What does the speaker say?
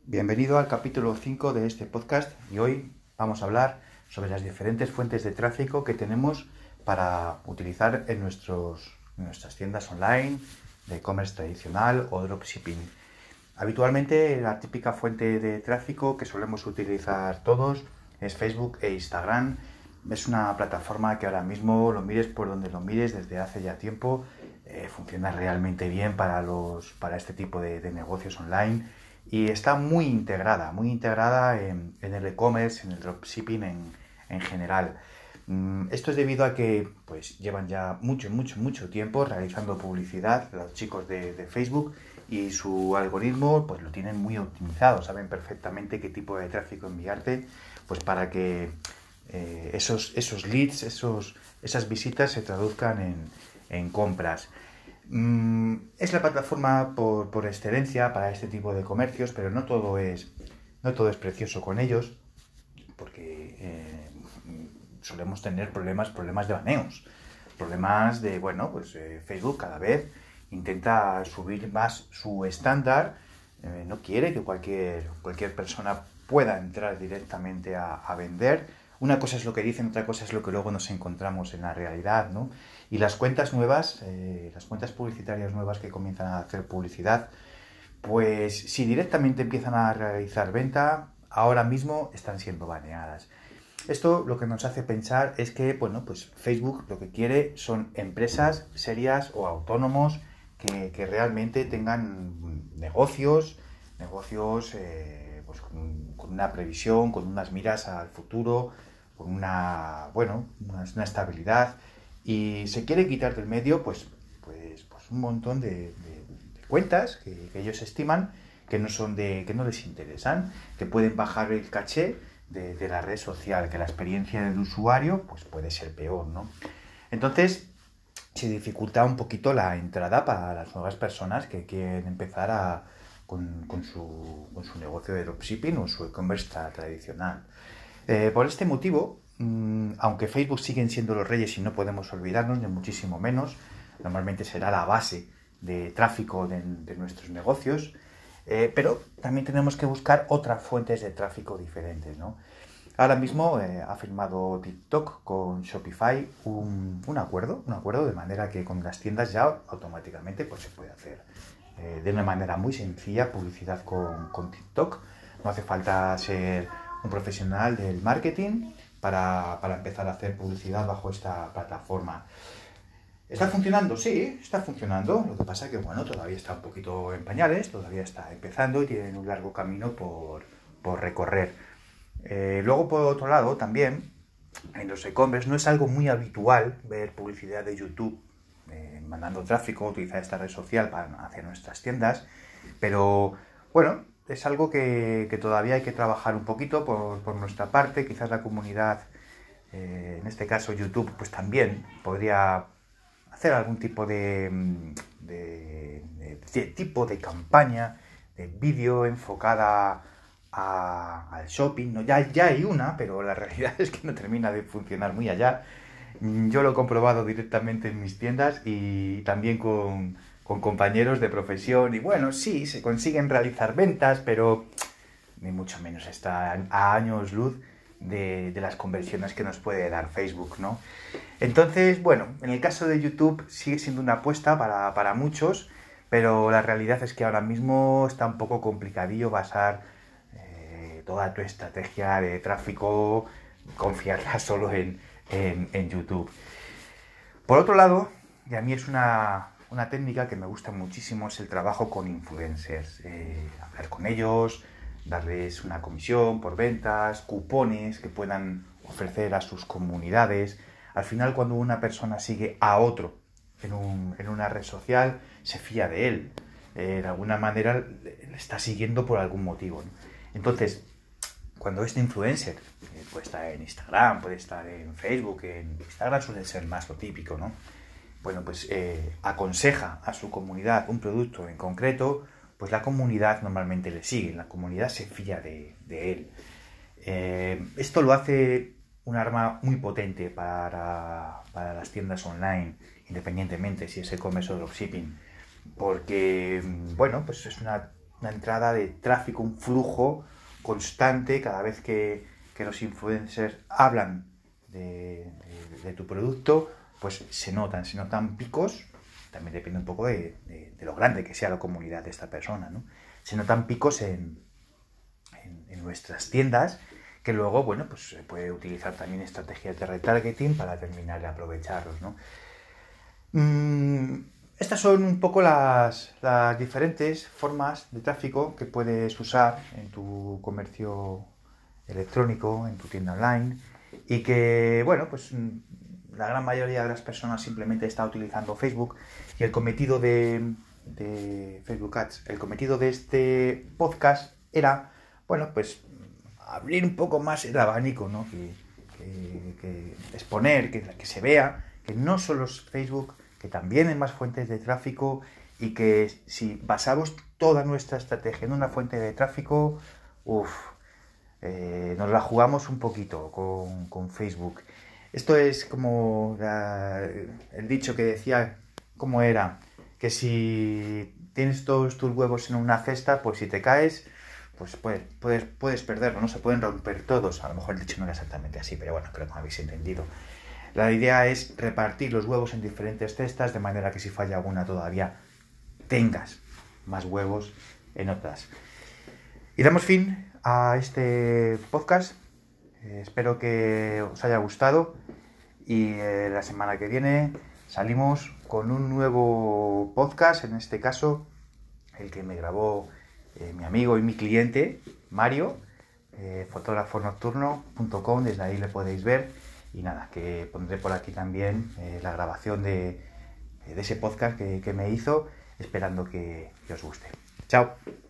Bienvenido al capítulo 5 de este podcast y hoy vamos a hablar sobre las diferentes fuentes de tráfico que tenemos para utilizar en nuestras tiendas online, de e-commerce tradicional o dropshipping. Habitualmente la típica fuente de tráfico que solemos utilizar todos es Facebook e Instagram. Es una plataforma que ahora mismo, lo mires por donde lo mires, desde hace ya tiempo, funciona realmente bien para este tipo de negocios online y está muy integrada en el e-commerce, en el dropshipping en general. Esto es debido a que pues llevan ya mucho tiempo realizando publicidad los chicos de Facebook y su algoritmo pues lo tienen muy optimizado, saben perfectamente qué tipo de tráfico enviarte pues para que esos leads, esas visitas se traduzcan en compras. Es la plataforma por excelencia para este tipo de comercios, pero no todo es precioso con ellos, porque solemos tener problemas de baneos, problemas de, Facebook cada vez intenta subir más su estándar, no quiere que cualquier persona pueda entrar directamente a vender. Una cosa es lo que dicen, otra cosa es lo que luego nos encontramos en la realidad, ¿no? Y las cuentas nuevas, las cuentas publicitarias nuevas que comienzan a hacer publicidad, pues si directamente empiezan a realizar venta, ahora mismo están siendo baneadas. Esto lo que nos hace pensar es que, pues Facebook lo que quiere son empresas serias o autónomos que realmente tengan negocios pues con una previsión, con unas miras al futuro, con una estabilidad, y se quiere quitar del medio pues un montón de cuentas que ellos estiman que no les interesan, que pueden bajar el caché de la red social, que la experiencia del usuario pues puede ser peor, ¿no? Entonces se dificulta un poquito la entrada para las nuevas personas que quieren empezar con su negocio de dropshipping o su e-commerce tradicional. Por este motivo, aunque Facebook siguen siendo los reyes y no podemos olvidarnos, ni muchísimo menos, normalmente será la base de tráfico de nuestros negocios, pero también tenemos que buscar otras fuentes de tráfico diferentes, ¿no? Ahora mismo ha firmado TikTok con Shopify un acuerdo de manera que con las tiendas ya automáticamente pues, se puede hacer de una manera muy sencilla publicidad con TikTok. No hace falta ser un profesional del marketing para empezar a hacer publicidad bajo esta plataforma. ¿Está funcionando? Sí, está funcionando. Lo que pasa es que todavía está un poquito en pañales, todavía está empezando y tienen un largo camino por recorrer. Luego, por otro lado, también en los e-commerce no es algo muy habitual ver publicidad de YouTube mandando tráfico, utilizar esta red social hacia nuestras tiendas, pero bueno, es algo que todavía hay que trabajar un poquito por nuestra parte. Quizás la comunidad, en este caso YouTube, pues también podría hacer algún tipo de campaña de vídeo enfocada al shopping, ¿no? Ya hay una, pero la realidad es que no termina de funcionar muy allá. Yo lo he comprobado directamente en mis tiendas y también con compañeros de profesión, y sí, se consiguen realizar ventas, pero ni mucho menos está a años luz de las conversiones que nos puede dar Facebook, ¿no? Entonces, en el caso de YouTube sigue siendo una apuesta para muchos, pero la realidad es que ahora mismo está un poco complicadillo basar toda tu estrategia de tráfico, confiarla solo en YouTube. Por otro lado, y a mí es una técnica que me gusta muchísimo, es el trabajo con influencers. Hablar con ellos, darles una comisión por ventas, cupones que puedan ofrecer a sus comunidades. Al final, cuando una persona sigue a otro en una red social, se fía de él. De alguna manera le está siguiendo por algún motivo, ¿no? Entonces, cuando este influencer puede estar en Instagram, puede estar en Facebook, en Instagram suele ser más lo típico, ¿no? Aconseja a su comunidad un producto en concreto, pues la comunidad normalmente le sigue, la comunidad se fía de él. Esto lo hace un arma muy potente para las tiendas online, independientemente si es e-commerce o dropshipping, porque, pues es una una entrada de tráfico, un flujo constante cada vez que los influencers hablan de tu producto, pues se notan picos. También depende un poco de lo grande que sea la comunidad de esta persona, ¿no? Se notan picos en nuestras tiendas, que luego, bueno, pues se puede utilizar también estrategias de retargeting para terminar de aprovecharlos, ¿no? Estas son un poco las diferentes formas de tráfico que puedes usar en tu comercio electrónico, en tu tienda online, y que, bueno, pues la gran mayoría de las personas simplemente está utilizando Facebook, y el cometido de Facebook Ads, el cometido de este podcast era, bueno, pues abrir un poco más el abanico, ¿no? Que exponer, que se vea que no solo es Facebook, que también hay más fuentes de tráfico, y que si basamos toda nuestra estrategia en una fuente de tráfico, nos la jugamos un poquito con Facebook. Esto es como el dicho que decía, ¿cómo era? Que si tienes todos tus huevos en una cesta, pues si te caes, pues puedes perderlo, no se pueden romper todos. A lo mejor el dicho no era exactamente así, pero bueno, creo que me habéis entendido. La idea es repartir los huevos en diferentes cestas, de manera que si falla alguna todavía tengas más huevos en otras. Y damos fin a este podcast. Espero que os haya gustado, y la semana que viene salimos con un nuevo podcast, en este caso el que me grabó mi amigo y mi cliente Mario, fotógrafonocturno.com, desde ahí le podéis ver, y nada, que pondré por aquí también la grabación de ese podcast que me hizo, esperando que os guste. Chao.